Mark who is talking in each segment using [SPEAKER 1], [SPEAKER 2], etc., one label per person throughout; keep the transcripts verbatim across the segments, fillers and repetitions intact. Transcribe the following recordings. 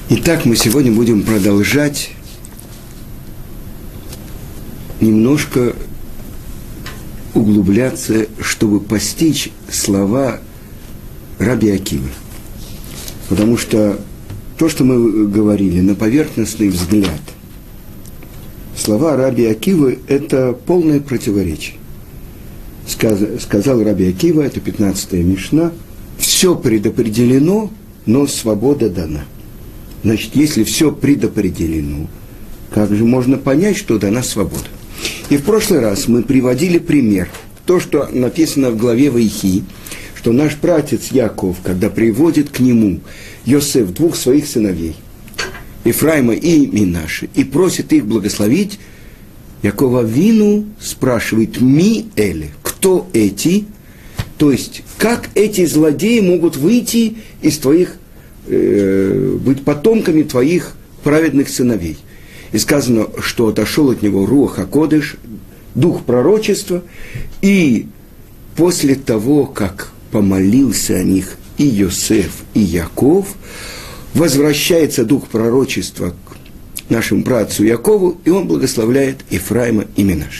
[SPEAKER 1] Итак, мы сегодня будем продолжать немножко углубляться, чтобы постичь слова Раби Акивы. Потому что то, что мы говорили, на поверхностный взгляд, слова Раби Акивы – это полное противоречие. Сказ, сказал Раби Акива, это пятнадцатая мишна, все предопределено, но свобода дана. Значит, если все предопределено, как же можно понять, что дана свобода? И в прошлый раз мы приводили пример, то, что написано в главе Ваихи, что наш пратец Яков, когда приводит к нему Йосеф двух своих сыновей, Ефраима и Минаши, и просит их благословить, Яков Авину спрашивает: «Ми эле?» Кто эти? То есть, как эти злодеи могут выйти из твоих, э, быть потомками твоих праведных сыновей? И сказано, что отошел от него Руах ха-Кодеш, дух пророчества, и после того, как помолился о них и Йосеф, и Яков, возвращается дух пророчества к нашему братцу Якову, и он благословляет Ефраима и Минаша.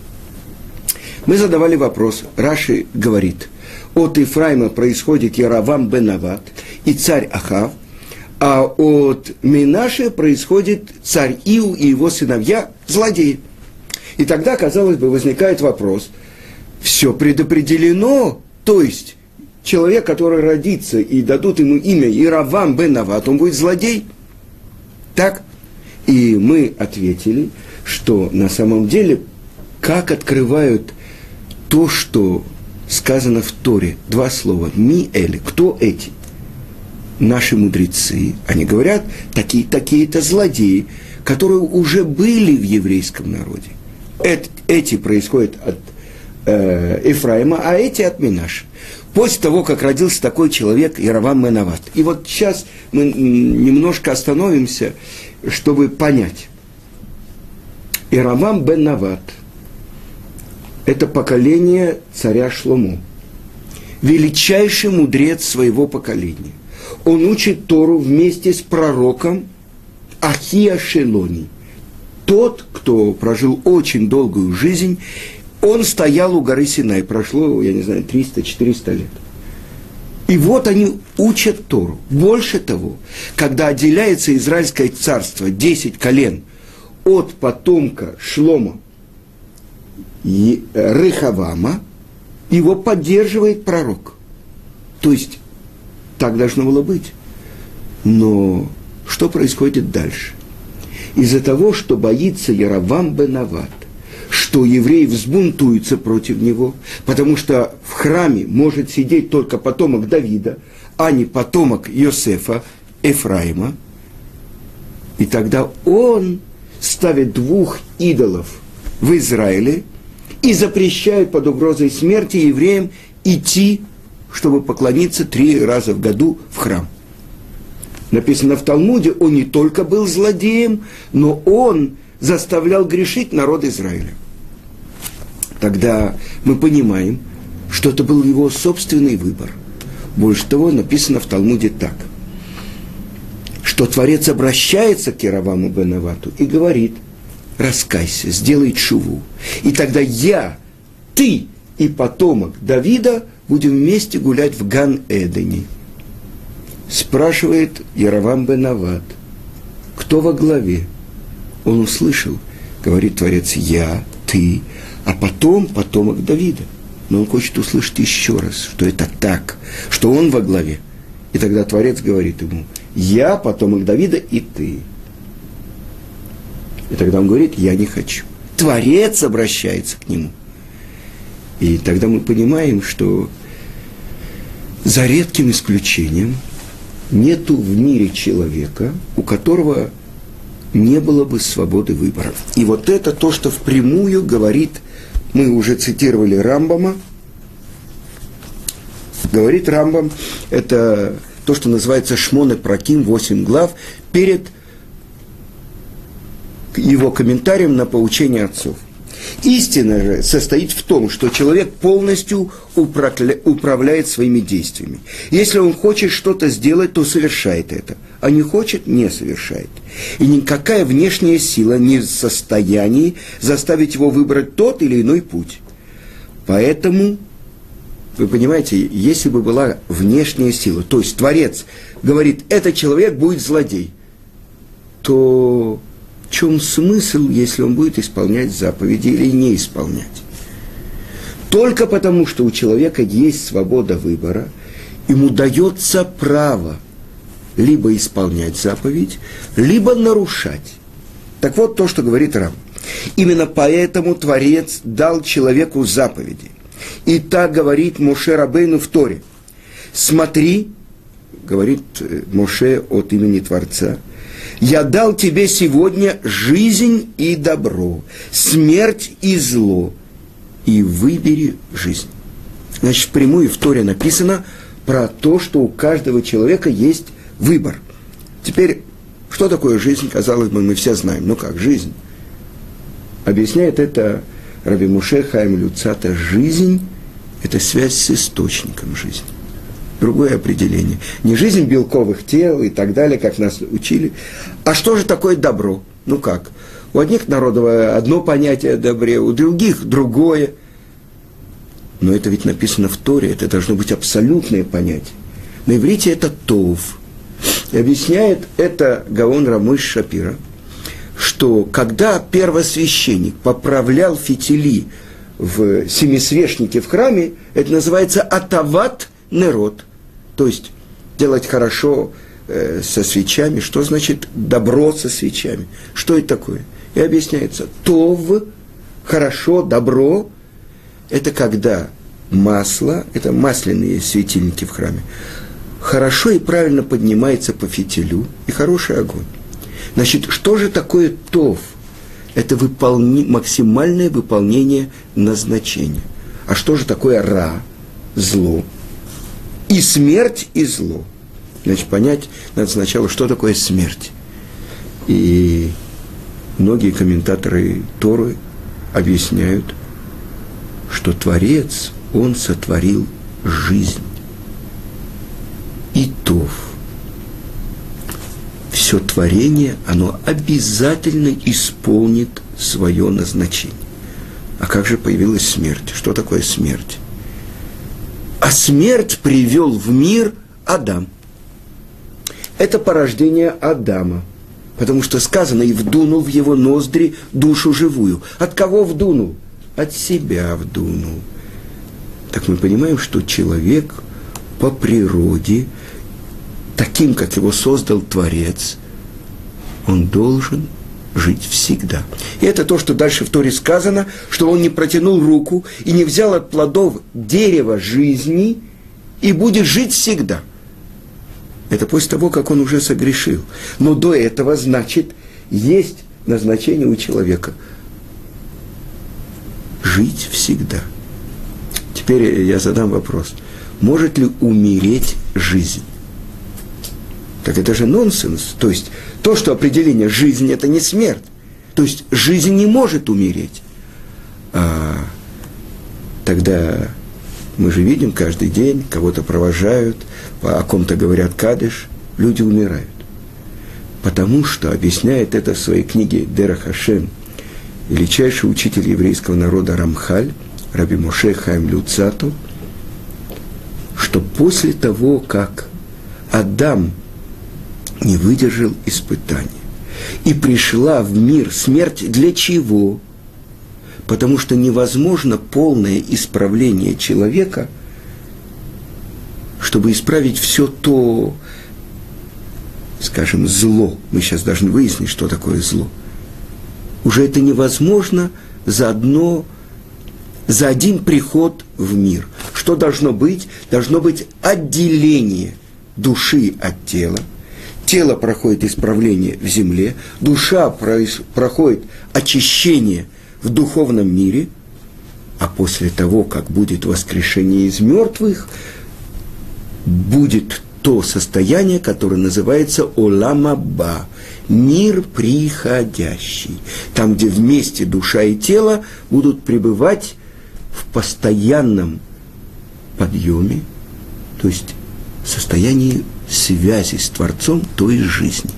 [SPEAKER 1] Мы задавали вопрос, Раши говорит, от Ефраима происходит Яровам бен Нават и царь Ахав, а от Минаши происходит царь Иу и его сыновья, злодеи. И тогда, казалось бы, возникает вопрос, все предопределено, то есть человек, который родится и дадут ему имя Яровам бен Нават, он будет злодей? Так? И мы ответили, что на самом деле, как открывают то, что сказано в Торе, два слова, ми эли, кто эти? Наши мудрецы, они говорят, такие, такие-то злодеи, которые уже были в еврейском народе. Эт, эти происходят от э, Ефраима, а эти от Минаша. После того, как родился такой человек, Яровам бен Нават. И вот сейчас мы немножко остановимся, чтобы понять. Яровам бен Нават – это поколение царя Шломо. Величайший мудрец своего поколения. Он учит Тору вместе с пророком Ахия Шелони. Тот, кто прожил очень долгую жизнь, он стоял у горы Синай. Прошло, я не знаю, триста-четыреста лет. И вот они учат Тору. Больше того, когда отделяется Израильское царство, десять колен, от потомка Шломо, Рехавама, его поддерживает пророк. То есть, так должно было быть. Но что происходит дальше? Из-за того, что боится Яровам бен Нават, что евреи взбунтуются против него, потому что в храме может сидеть только потомок Давида, а не потомок Йосефа, Ефраима, и тогда он ставит двух идолов в Израиле и запрещает под угрозой смерти евреям идти, чтобы поклониться три раза в году в храм. Написано в Талмуде, он не только был злодеем, но он заставлял грешить народ Израиля. Тогда мы понимаем, что это был его собственный выбор. Больше того, написано в Талмуде так, что Творец обращается к Яроваму бен Навату и говорит: раскайся, сделай тшуву. И тогда я, ты и потомок Давида будем вместе гулять в Ган-Эдене. Спрашивает Яровам бен Нават, кто во главе? Он услышал, говорит Творец, я, ты, а потом потомок Давида. Но он хочет услышать еще раз, что это так, что он во главе. И тогда Творец говорит ему, я, потомок Давида и ты. И тогда он говорит, я не хочу. Творец обращается к нему. И тогда мы понимаем, что за редким исключением нету в мире человека, у которого не было бы свободы выбора. И вот это то, что впрямую говорит, мы уже цитировали Рамбама, говорит Рамбам, это то, что называется Шмоне Праким, восемь глав, перед его комментарием на поучение отцов. Истина же состоит в том, что человек полностью управляет своими действиями. Если он хочет что-то сделать, то совершает это, а не хочет – не совершает. И никакая внешняя сила не в состоянии заставить его выбрать тот или иной путь. Поэтому, вы понимаете, если бы была внешняя сила, то есть Творец говорит, этот человек будет злодей, то в чем смысл, если он будет исполнять заповеди или не исполнять? Только потому, что у человека есть свобода выбора, ему дается право либо исполнять заповедь, либо нарушать. Так вот то, что говорит Рам. Именно поэтому Творец дал человеку заповеди. И так говорит Моше Рабейну в Торе. Смотри, говорит Моше от имени Творца, я дал тебе сегодня жизнь и добро, смерть и зло, и выбери жизнь. Значит, впрямую в Торе написано про то, что у каждого человека есть выбор. Теперь, что такое жизнь, казалось бы, мы все знаем. Ну как, жизнь? Объясняет это Раби Моше Хаим Люцата. Жизнь – это связь с источником жизни. Другое определение. Не жизнь белковых тел и так далее, как нас учили. А что же такое добро? Ну как? У одних народов одно понятие о добре, у других другое. Но это ведь написано в Торе, это должно быть абсолютное понятие. На иврите это тов. И объясняет это Гаон Рамыш Шапира, что когда первосвященник поправлял фитили в семисвечнике в храме, это называется атават нерот, то есть делать хорошо э, со свечами. Что значит добро со свечами? Что это такое? И объясняется, тов, хорошо, добро, это когда масло, это масляные светильники в храме, хорошо и правильно поднимается по фитилю, и хороший огонь. Значит, что же такое тов? Это выполни, максимальное выполнение назначения. А что же такое ра, зло? И смерть, и зло. Значит, понять надо сначала, что такое смерть. И многие комментаторы Торы объясняют, что Творец, Он сотворил жизнь. И тов. Все творение, оно обязательно исполнит свое назначение. А как же появилась смерть? Что такое смерть? А смерть привел в мир Адам. Это порождение Адама. Потому что сказано, и вдунул в его ноздри душу живую. От кого вдунул? От себя вдунул. Так мы понимаем, что человек по природе, таким, как его создал Творец, он должен жить всегда. И это то, что дальше в Торе сказано, что он не протянул руку и не взял от плодов дерева жизни и будет жить всегда. Это после того, как он уже согрешил. Но до этого, значит, есть назначение у человека жить всегда. Теперь я задам вопрос. Может ли умереть жизнь? Так это же нонсенс. То есть, то, что определение жизни – это не смерть. То есть, жизнь не может умереть. А тогда мы же видим каждый день, кого-то провожают, о ком-то говорят кадиш, люди умирают. Потому что, объясняет это в своей книге «Дерах Хашем», величайший учитель еврейского народа Рамхаль, Раби Моше Хаим Люцату, что после того, как Адам не выдержал испытания, и пришла в мир смерть для чего? Потому что невозможно полное исправление человека, чтобы исправить все то, скажем, зло. Мы сейчас должны выяснить, что такое зло. Уже это невозможно за одно, за один приход в мир. Что должно быть? Должно быть отделение души от тела. Тело проходит исправление в земле, душа проходит очищение в духовном мире, а после того, как будет воскрешение из мертвых, будет то состояние, которое называется Олам Аба, мир приходящий. Там, где вместе душа и тело будут пребывать в постоянном подъеме, то есть в состоянии связи с Творцом, то есть жизни.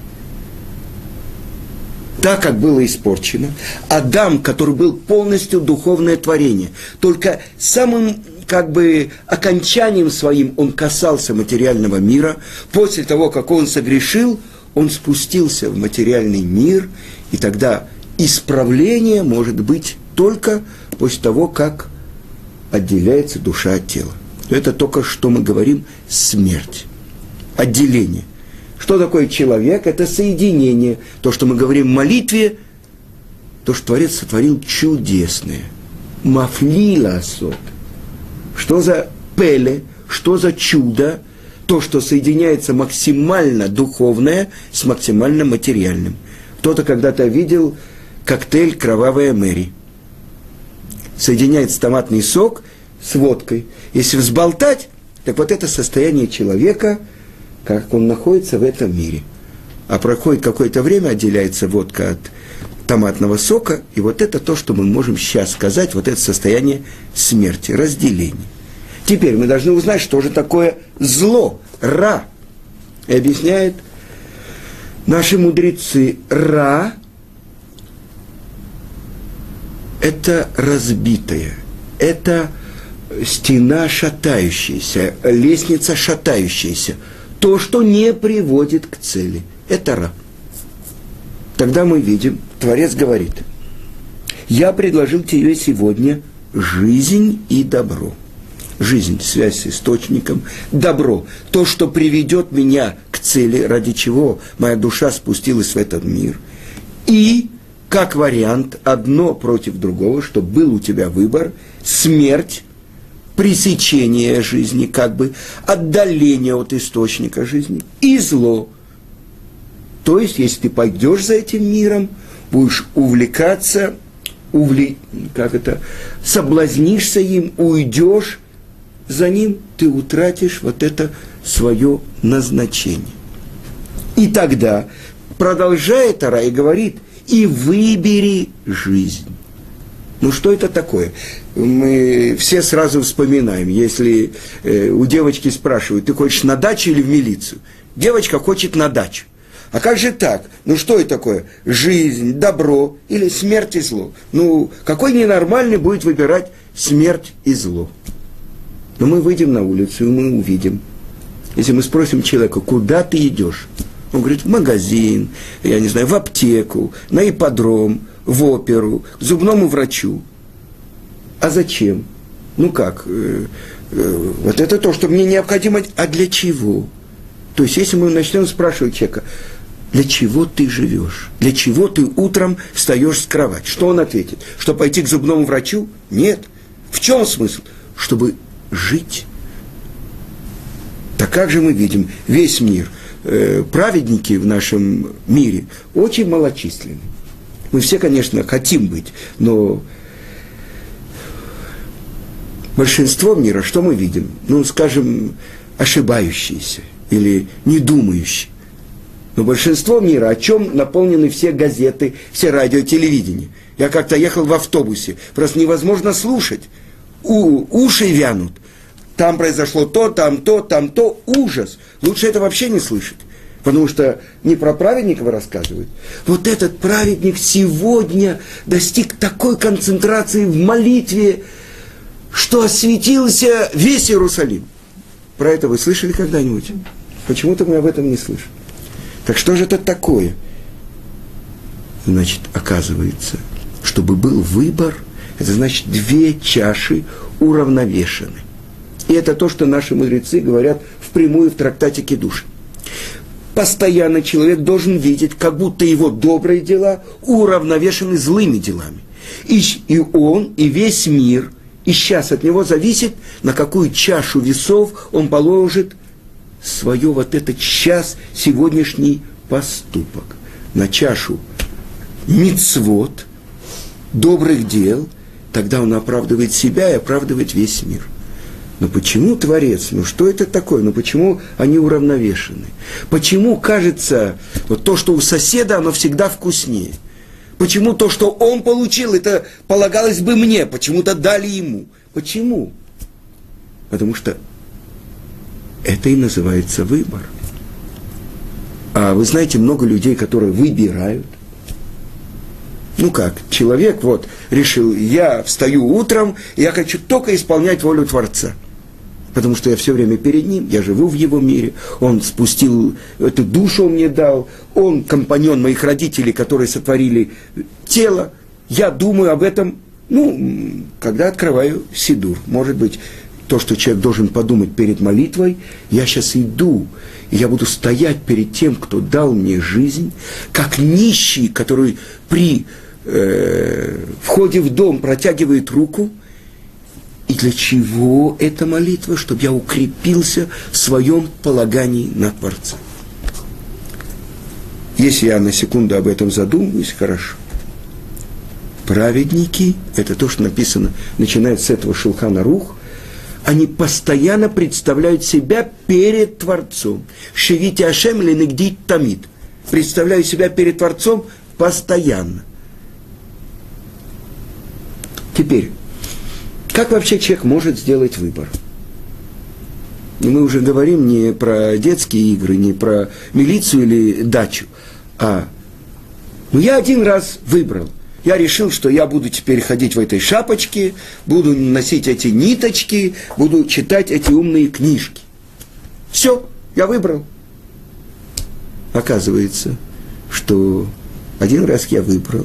[SPEAKER 1] Так, как было испорчено, Адам, который был полностью духовное творение, только самым как бы окончанием своим он касался материального мира. После того, как он согрешил, он спустился в материальный мир, и тогда исправление может быть только после того, как отделяется душа от тела. Это только что мы говорим смерть, отделение. Что такое человек? Это соединение. То, что мы говорим в молитве, то, что Творец сотворил чудесное. Мафлила асот. Что за пеле, что за чудо? То, что соединяется максимально духовное с максимально материальным. Кто-то когда-то видел коктейль «Кровавая Мэри». Соединяется томатный сок с водкой. Если взболтать, так вот это состояние человека, как он находится в этом мире. А проходит какое-то время, отделяется водка от томатного сока, и вот это то, что мы можем сейчас сказать, вот это состояние смерти, разделения. Теперь мы должны узнать, что же такое зло, ра. И объясняют наши мудрецы, ра – это разбитое, это стена шатающаяся, лестница шатающаяся, то, что не приводит к цели. Это ра. Тогда мы видим, Творец говорит: я предложил тебе сегодня жизнь и добро. Жизнь, связь с источником, добро, то, что приведет меня к цели, ради чего моя душа спустилась в этот мир. И, как вариант, одно против другого, чтобы был у тебя выбор, смерть, пресечение жизни, как бы отдаление от источника жизни, и зло. То есть, если ты пойдешь за этим миром, будешь увлекаться, увле... как это, соблазнишься им, уйдешь за ним, ты утратишь вот это свое назначение. И тогда продолжает Тора и говорит: и выбери жизнь. Ну, что это такое? Мы все сразу вспоминаем, если э, у девочки спрашивают: ты хочешь на дачу или в милицию? Девочка хочет на дачу. А как же так? Ну, что это такое? Жизнь, добро или смерть и зло? Ну, какой ненормальный будет выбирать смерть и зло? Но мы выйдем на улицу, и мы увидим. Если мы спросим человека: куда ты идешь? Он говорит: в магазин, я не знаю, в аптеку, на ипподром, в оперу, к зубному врачу. А зачем? Ну как? Э, э, вот это то, что мне необходимо. А для чего? То есть, если мы начнем спрашивать человека: для чего ты живешь? Для чего ты утром встаешь с кровати? Что он ответит? Что пойти к зубному врачу? Нет. В чем смысл? Чтобы жить. Так как же мы видим весь мир? Э, праведники в нашем мире очень малочисленны. Мы все, конечно, хотим быть, но большинство мира, что мы видим? Ну, скажем, ошибающиеся или не думающие. Но большинство мира, о чем наполнены все газеты, все радио, телевидение. Я как-то ехал в автобусе, просто невозможно слушать. У, уши вянут. Там произошло то, там то, там то. Ужас. Лучше это вообще не слышать. Потому что не про праведников рассказывают. Вот этот праведник сегодня достиг такой концентрации в молитве, что осветился весь Иерусалим. Про это вы слышали когда-нибудь? Почему-то мы об этом не слышим. Так что же это такое? Значит, оказывается, чтобы был выбор, это значит, две чаши уравновешены. И это то, что наши мудрецы говорят впрямую в трактате Кидуш. Постоянно человек должен видеть, как будто его добрые дела уравновешены злыми делами. И, и он, и весь мир, и сейчас от него зависит, на какую чашу весов он положит свое вот этот час, сегодняшний поступок. На чашу мицвот, добрых дел, тогда он оправдывает себя и оправдывает весь мир. Но почему Творец? Ну что это такое? Ну почему они уравновешены? Почему кажется, вот то, что у соседа, оно всегда вкуснее? Почему то, что он получил, это полагалось бы мне, почему-то дали ему? Почему? Потому что это и называется выбор. А вы знаете, много людей, которые выбирают. Ну как, человек вот решил, я встаю утром, и я хочу только исполнять волю Творца. Потому что я все время перед ним, я живу в его мире, он спустил, эту душу он мне дал, он компаньон моих родителей, которые сотворили тело. Я думаю об этом, ну, когда открываю сидур. Может быть, то, что человек должен подумать перед молитвой, я сейчас иду, и я буду стоять перед тем, кто дал мне жизнь, как нищий, который при э, входе в дом протягивает руку. И для чего эта молитва? Чтобы я укрепился в своем полагании на Творца. Если я на секунду об этом задумываюсь, хорошо. Праведники, это то, что написано, начинает с этого Шулхан Арух, они постоянно представляют себя перед Творцом. Шевити Ашем ленегдит тамид. Представляю себя перед Творцом постоянно. Теперь, как вообще человек может сделать выбор? И мы уже говорим не про детские игры, не про милицию или дачу, а ну я один раз выбрал. Я решил, что я буду теперь ходить в этой шапочке, буду носить эти ниточки, буду читать эти умные книжки. Все, я выбрал. Оказывается, что один раз я выбрал.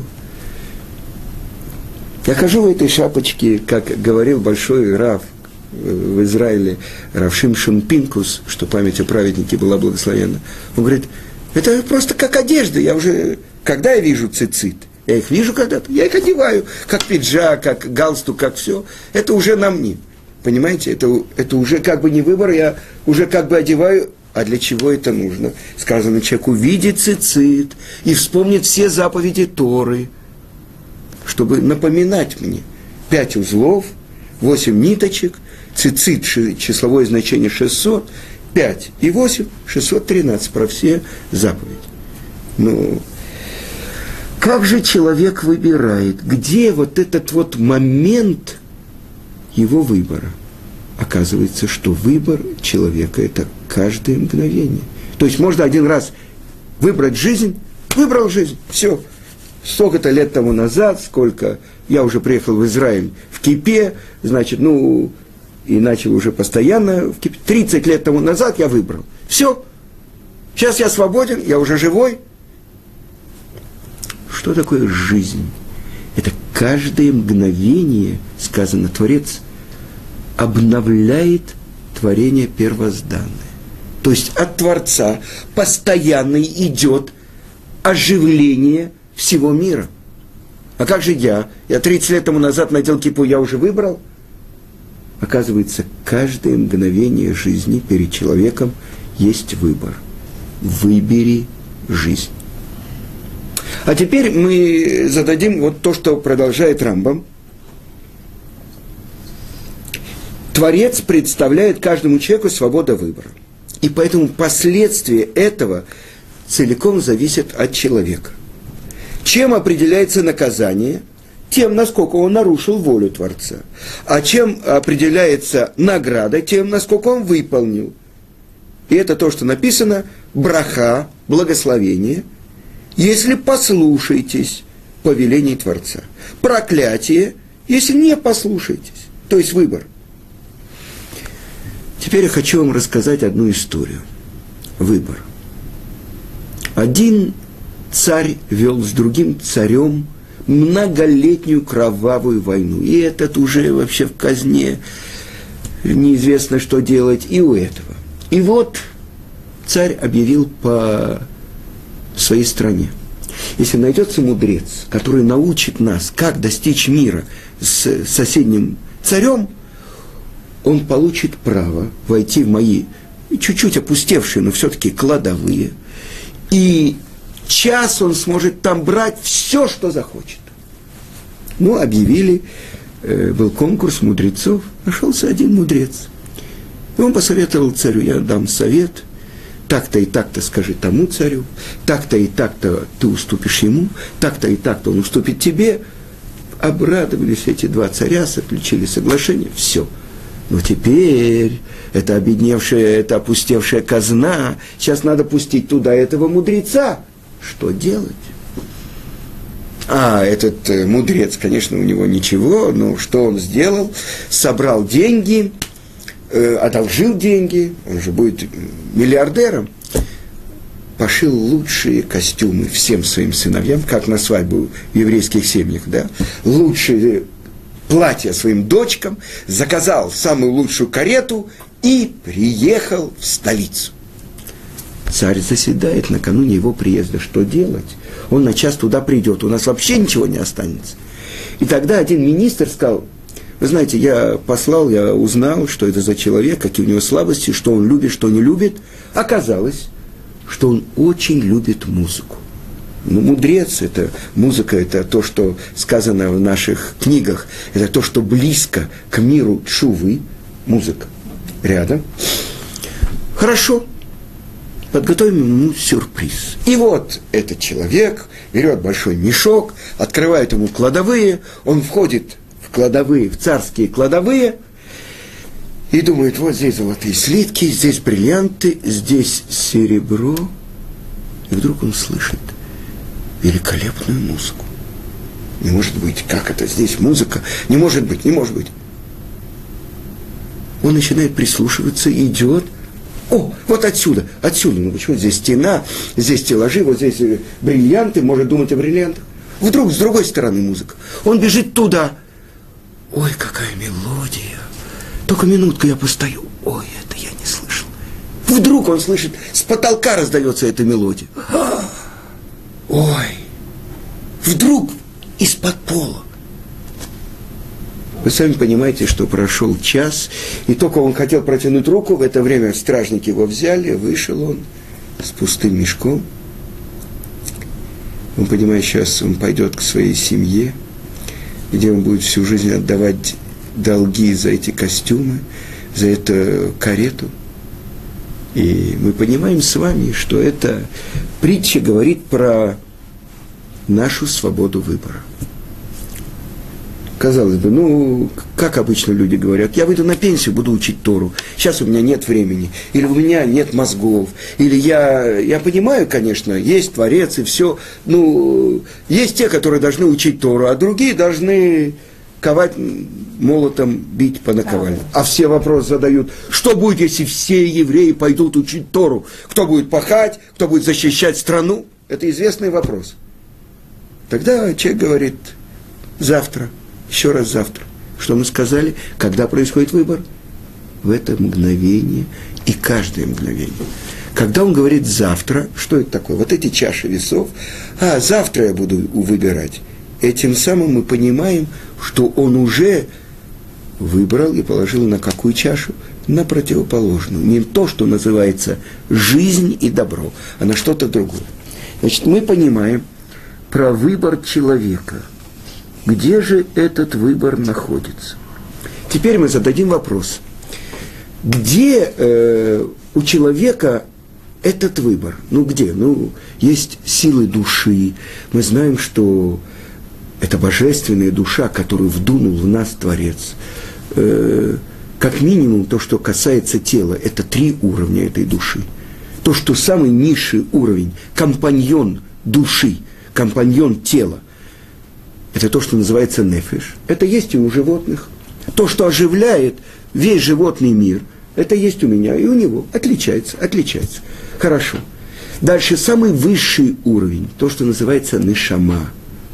[SPEAKER 1] Я хожу в этой шапочке, как говорил большой рав в Израиле, рав Шимшон Пинкус, что память о праведнике была благословенна. Он говорит, это просто как одежда, я уже, когда я вижу цицит, я их вижу когда-то, я их одеваю, как пиджак, как галстук, как все, это уже на мне, понимаете, это, это уже как бы не выбор, я уже как бы одеваю, а для чего это нужно? Сказано, человек увидит цицит и вспомнит все заповеди Торы, чтобы напоминать мне пять узлов, восемь ниточек, цицит, числовое значение шестьсот, пять и восемь, шестьсот тринадцать, про все заповеди. Ну, как же человек выбирает? Где вот этот вот момент его выбора? Оказывается, что выбор человека – это каждое мгновение. То есть можно один раз выбрать жизнь, выбрал жизнь, все. Столько-то лет тому назад, сколько я уже приехал в Израиль в кипе, значит, ну, и начал уже постоянно в кипе. тридцать лет тому назад я выбрал. Все. Сейчас я свободен, я уже живой. Что такое жизнь? Это каждое мгновение, сказано, Творец обновляет творение первозданное. То есть от Творца постоянно идет оживление всего мира. А как же я? Я тридцать лет тому назад надел кипу, я уже выбрал? Оказывается, каждое мгновение жизни перед человеком есть выбор. Выбери жизнь. А теперь мы зададим вот то, что продолжает Рамбам. Творец представляет каждому человеку свободу выбора. И поэтому последствия этого целиком зависят от человека. Чем определяется наказание? Тем, насколько он нарушил волю Творца. А чем определяется награда? Тем, насколько он выполнил. И это то, что написано, браха, благословение, если послушаетесь повелений Творца. Проклятие, если не послушаетесь. То есть выбор. Теперь я хочу вам рассказать одну историю. Выбор. Один царь вел с другим царем многолетнюю кровавую войну. И этот уже вообще в казне, неизвестно, что делать и у этого. И вот царь объявил по своей стране. Если найдется мудрец, который научит нас, как достичь мира с соседним царем, он получит право войти в мои чуть-чуть опустевшие, но все-таки кладовые, и час он сможет там брать все, что захочет. Ну, объявили, э, был конкурс мудрецов, нашелся один мудрец. И он посоветовал царю: я дам совет, так-то и так-то скажи тому царю, так-то и так-то ты уступишь ему, так-то и так-то он уступит тебе. Обрадовались эти два царя, заключили соглашение, все. Но теперь это обедневшая, это опустевшая казна, сейчас надо пустить туда этого мудреца. Что делать? А этот э, мудрец, конечно, у него ничего, но что он сделал? Собрал деньги, э, одолжил деньги, он же будет миллиардером, пошил лучшие костюмы всем своим сыновьям, как на свадьбу в еврейских семьях, да, лучшие платья своим дочкам, заказал самую лучшую карету и приехал в столицу. Царь заседает накануне его приезда. Что делать? Он на час туда придет, у нас вообще ничего не останется. И тогда один министр сказал: вы знаете, я послал, я узнал, что это за человек, какие у него слабости, что он любит, что не любит. Оказалось, что он очень любит музыку. Ну, мудрец, это музыка, это то, что сказано в наших книгах, это то, что близко к миру тшувы, музыка. Рядом. Хорошо. Подготовим ему сюрприз. И вот этот человек берет большой мешок, открывает ему кладовые, он входит в кладовые, в царские кладовые, и думает: вот здесь золотые слитки, здесь бриллианты, здесь серебро. И вдруг он слышит великолепную музыку. Не может быть, как это здесь музыка? Не может быть, не может быть. Он начинает прислушиваться, идет. О, вот отсюда, отсюда. Ну почему? Здесь стена, здесь стеллажи, вот здесь бриллианты, может думать о бриллиантах. Вдруг с другой стороны музыка. Он бежит туда. Ой, какая мелодия. Только минутку я постою. Ой, это я не слышал. Вдруг он слышит, с потолка раздается эта мелодия. Ой, вдруг из-под пола. Вы сами понимаете, что прошел час, и только он хотел протянуть руку, в это время стражники его взяли, вышел он с пустым мешком. Он понимает, сейчас он пойдет к своей семье, где он будет всю жизнь отдавать долги за эти костюмы, за эту карету. И мы понимаем с вами, что эта притча говорит про нашу свободу выбора. Казалось бы, ну, как обычно люди говорят: я выйду на пенсию, буду учить Тору, сейчас у меня нет времени, или у меня нет мозгов, или я, я понимаю, конечно, есть Творец и все, ну, есть те, которые должны учить Тору, а другие должны ковать молотом, бить по наковальне. А все вопросы задают: что будет, если все евреи пойдут учить Тору? Кто будет пахать, кто будет защищать страну? Это известный вопрос. Тогда человек говорит: завтра. Еще раз завтра. Что мы сказали? Когда происходит выбор? В это мгновение и каждое мгновение. Когда он говорит завтра, что это такое? Вот эти чаши весов. А, завтра я буду выбирать. Этим самым мы понимаем, что он уже выбрал и положил на какую чашу? На противоположную. Не то, что называется жизнь и добро, а на что-то другое. Значит, мы понимаем про выбор человека. Где же этот выбор находится? Теперь мы зададим вопрос. Где э, у человека этот выбор? Ну, где? Ну, есть силы души. Мы знаем, что это божественная душа, которую вдунул в нас Творец. Э, как минимум, то, что касается тела, это три уровня этой души. То, что самый низший уровень, компаньон души, компаньон тела, это то, что называется нефеш. Это есть и у животных. То, что оживляет весь животный мир, это есть у меня и у него. Отличается, отличается. Хорошо. Дальше самый высший уровень, то, что называется нешама.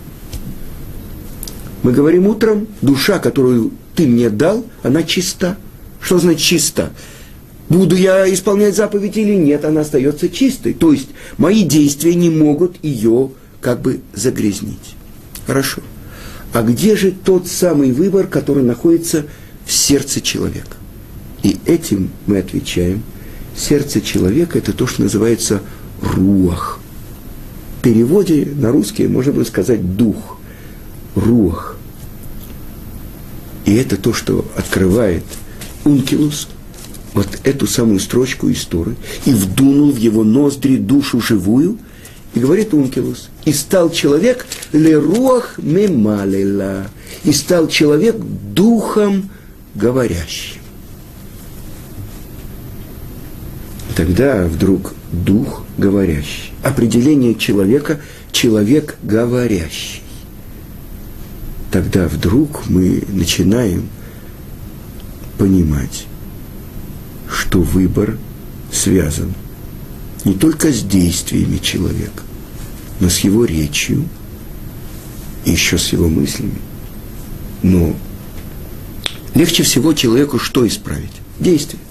[SPEAKER 1] Мы говорим утром: душа, которую ты мне дал, она чиста. Что значит чиста? Буду я исполнять заповедь или нет, она остается чистой. То есть мои действия не могут ее как бы загрязнить. Хорошо. А где же тот самый выбор, который находится в сердце человека? И этим мы отвечаем: сердце человека – это то, что называется руах. В переводе на русский можно было сказать дух, руах. И это то, что открывает ункилус, вот эту самую строчку из Торы и вдунул в его ноздри душу живую, и говорит Ункилус, и стал человек леруах мемалила, и стал человек духом говорящим. Тогда вдруг дух говорящий. Определение человека – человек говорящий. Тогда вдруг мы начинаем понимать, что выбор связан не только с действиями человека, но с его речью и еще с его мыслями. Но легче всего человеку что исправить? Действие.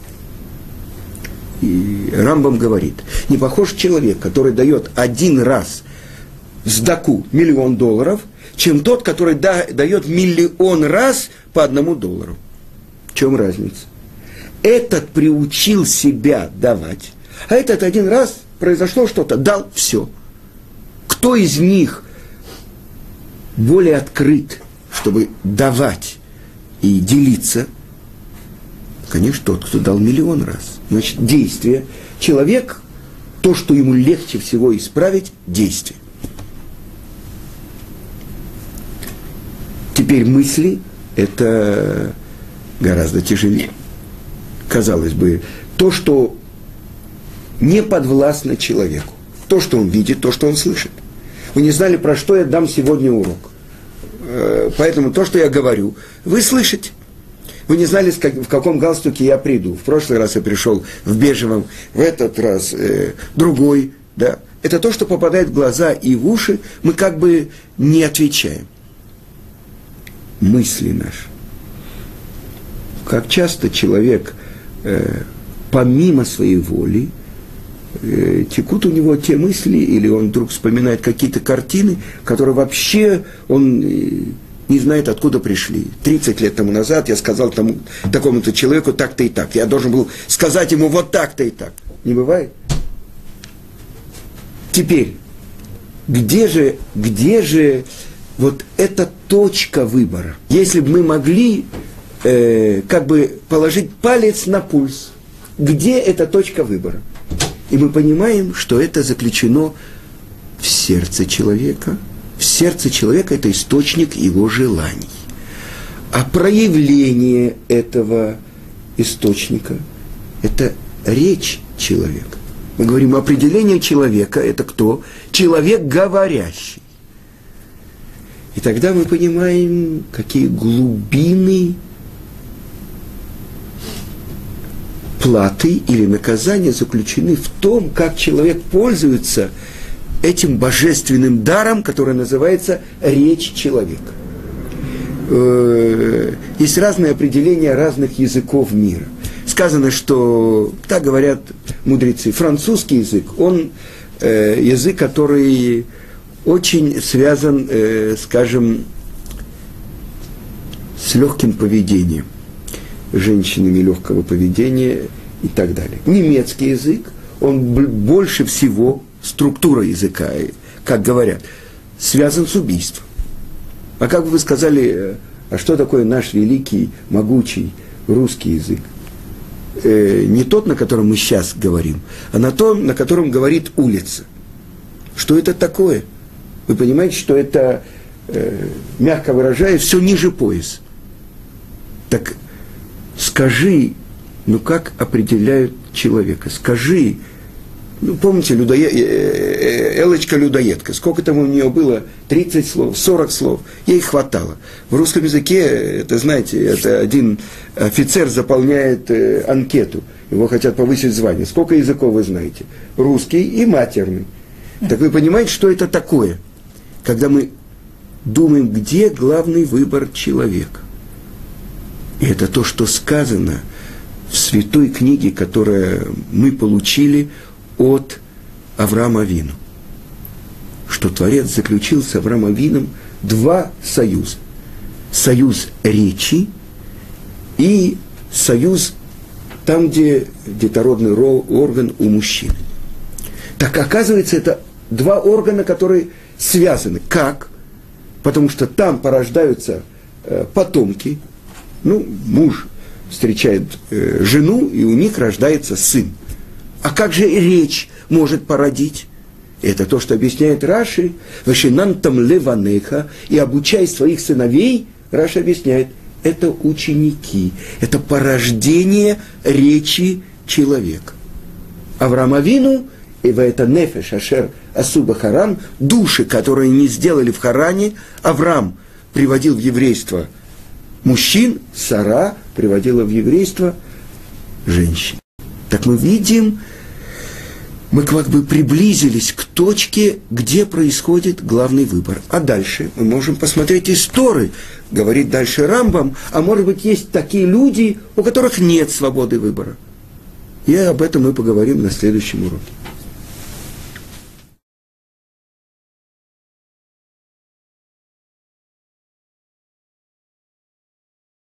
[SPEAKER 1] И Рамбам говорит, не похож человек, который дает один раз сдаку миллион долларов, чем тот, который да, дает миллион раз по одному доллару. В чем разница? Этот приучил себя давать, а этот один раз произошло что-то, дал все. Кто из них более открыт, чтобы давать и делиться? Конечно, тот, кто дал миллион раз. Значит, действие. Человек, то, что ему легче всего исправить, действие. Теперь мысли – это гораздо тяжелее. Казалось бы, то, что не подвластно человеку. То, что он видит, то, что он слышит. Вы не знали, про что я дам сегодня урок. Поэтому то, что я говорю, вы слышите. Вы не знали, в каком галстуке я приду. В прошлый раз я пришел в бежевом, в этот раз э, другой. Да. Это то, что попадает в глаза и в уши, мы как бы не отвечаем. Мысли наши. Как часто человек, э, помимо своей воли, э, текут у него те мысли, или он вдруг вспоминает какие-то картины, которые вообще он... Э, не знает, откуда пришли. тридцать лет тому назад я сказал тому, такому-то человеку так-то и так. Я должен был сказать ему вот так-то и так. Не бывает? Теперь, где же, где же вот эта точка выбора? Если бы мы могли э, как бы положить палец на пульс, где эта точка выбора? И мы понимаем, что это заключено в сердце человека. В сердце человека это источник его желаний. А проявление этого источника – это речь человека. Мы говорим, определение человека – это кто? Человек говорящий. И тогда мы понимаем, какие глубины платы или наказания заключены в том, как человек пользуется этим божественным даром, который называется речь человека. Есть разные определения разных языков мира. Сказано, что, так говорят мудрецы, французский язык, он язык, который очень связан, скажем, с легким поведением, женщинами легкого поведения и так далее. Немецкий язык, он больше всего, структура языка, как говорят, связан с убийством. А как бы вы сказали, а что такое наш великий, могучий русский язык? Э, не тот, на котором мы сейчас говорим, а на том, на котором говорит улица. Что это такое? Вы понимаете, что это, э, мягко выражаясь, все ниже пояса. Так скажи, ну как определяют человека? Скажи, ну, помните, людоед... Элочка-людоедка, сколько там у нее было? тридцать слов, сорок слов, ей хватало. В русском языке, это, знаете, это один офицер заполняет э, анкету, его хотят повысить звание. Сколько языков вы знаете? Русский и матерный. Так вы понимаете, что это такое? Когда мы думаем, где главный выбор человека. И это то, что сказано в святой книге, которую мы получили от Авраама Авину. Что Творец заключил с Авраамом Авином два союза. Союз речи и союз там, где детородный орган у мужчины. Так оказывается, это два органа, которые связаны. Как? Потому что там порождаются э, потомки, ну, муж встречает э, жену, и у них рождается сын. А как же речь может породить? Это то, что объясняет Раши. «Вашинантам леванеха», и обучай своих сыновей, Раши объясняет, это ученики, это порождение речи человека. Авраам Авину, и в это нефеш ашер асуба харан, души, которые не сделали в Харане, Авраам приводил в еврейство мужчин, Сара приводила в еврейство женщин. Так мы видим, мы как бы приблизились к точке, где происходит главный выбор. А дальше мы можем посмотреть из Торы, говорит дальше Рамбам, а может быть есть такие люди, у которых нет свободы выбора. И об этом мы поговорим на следующем уроке.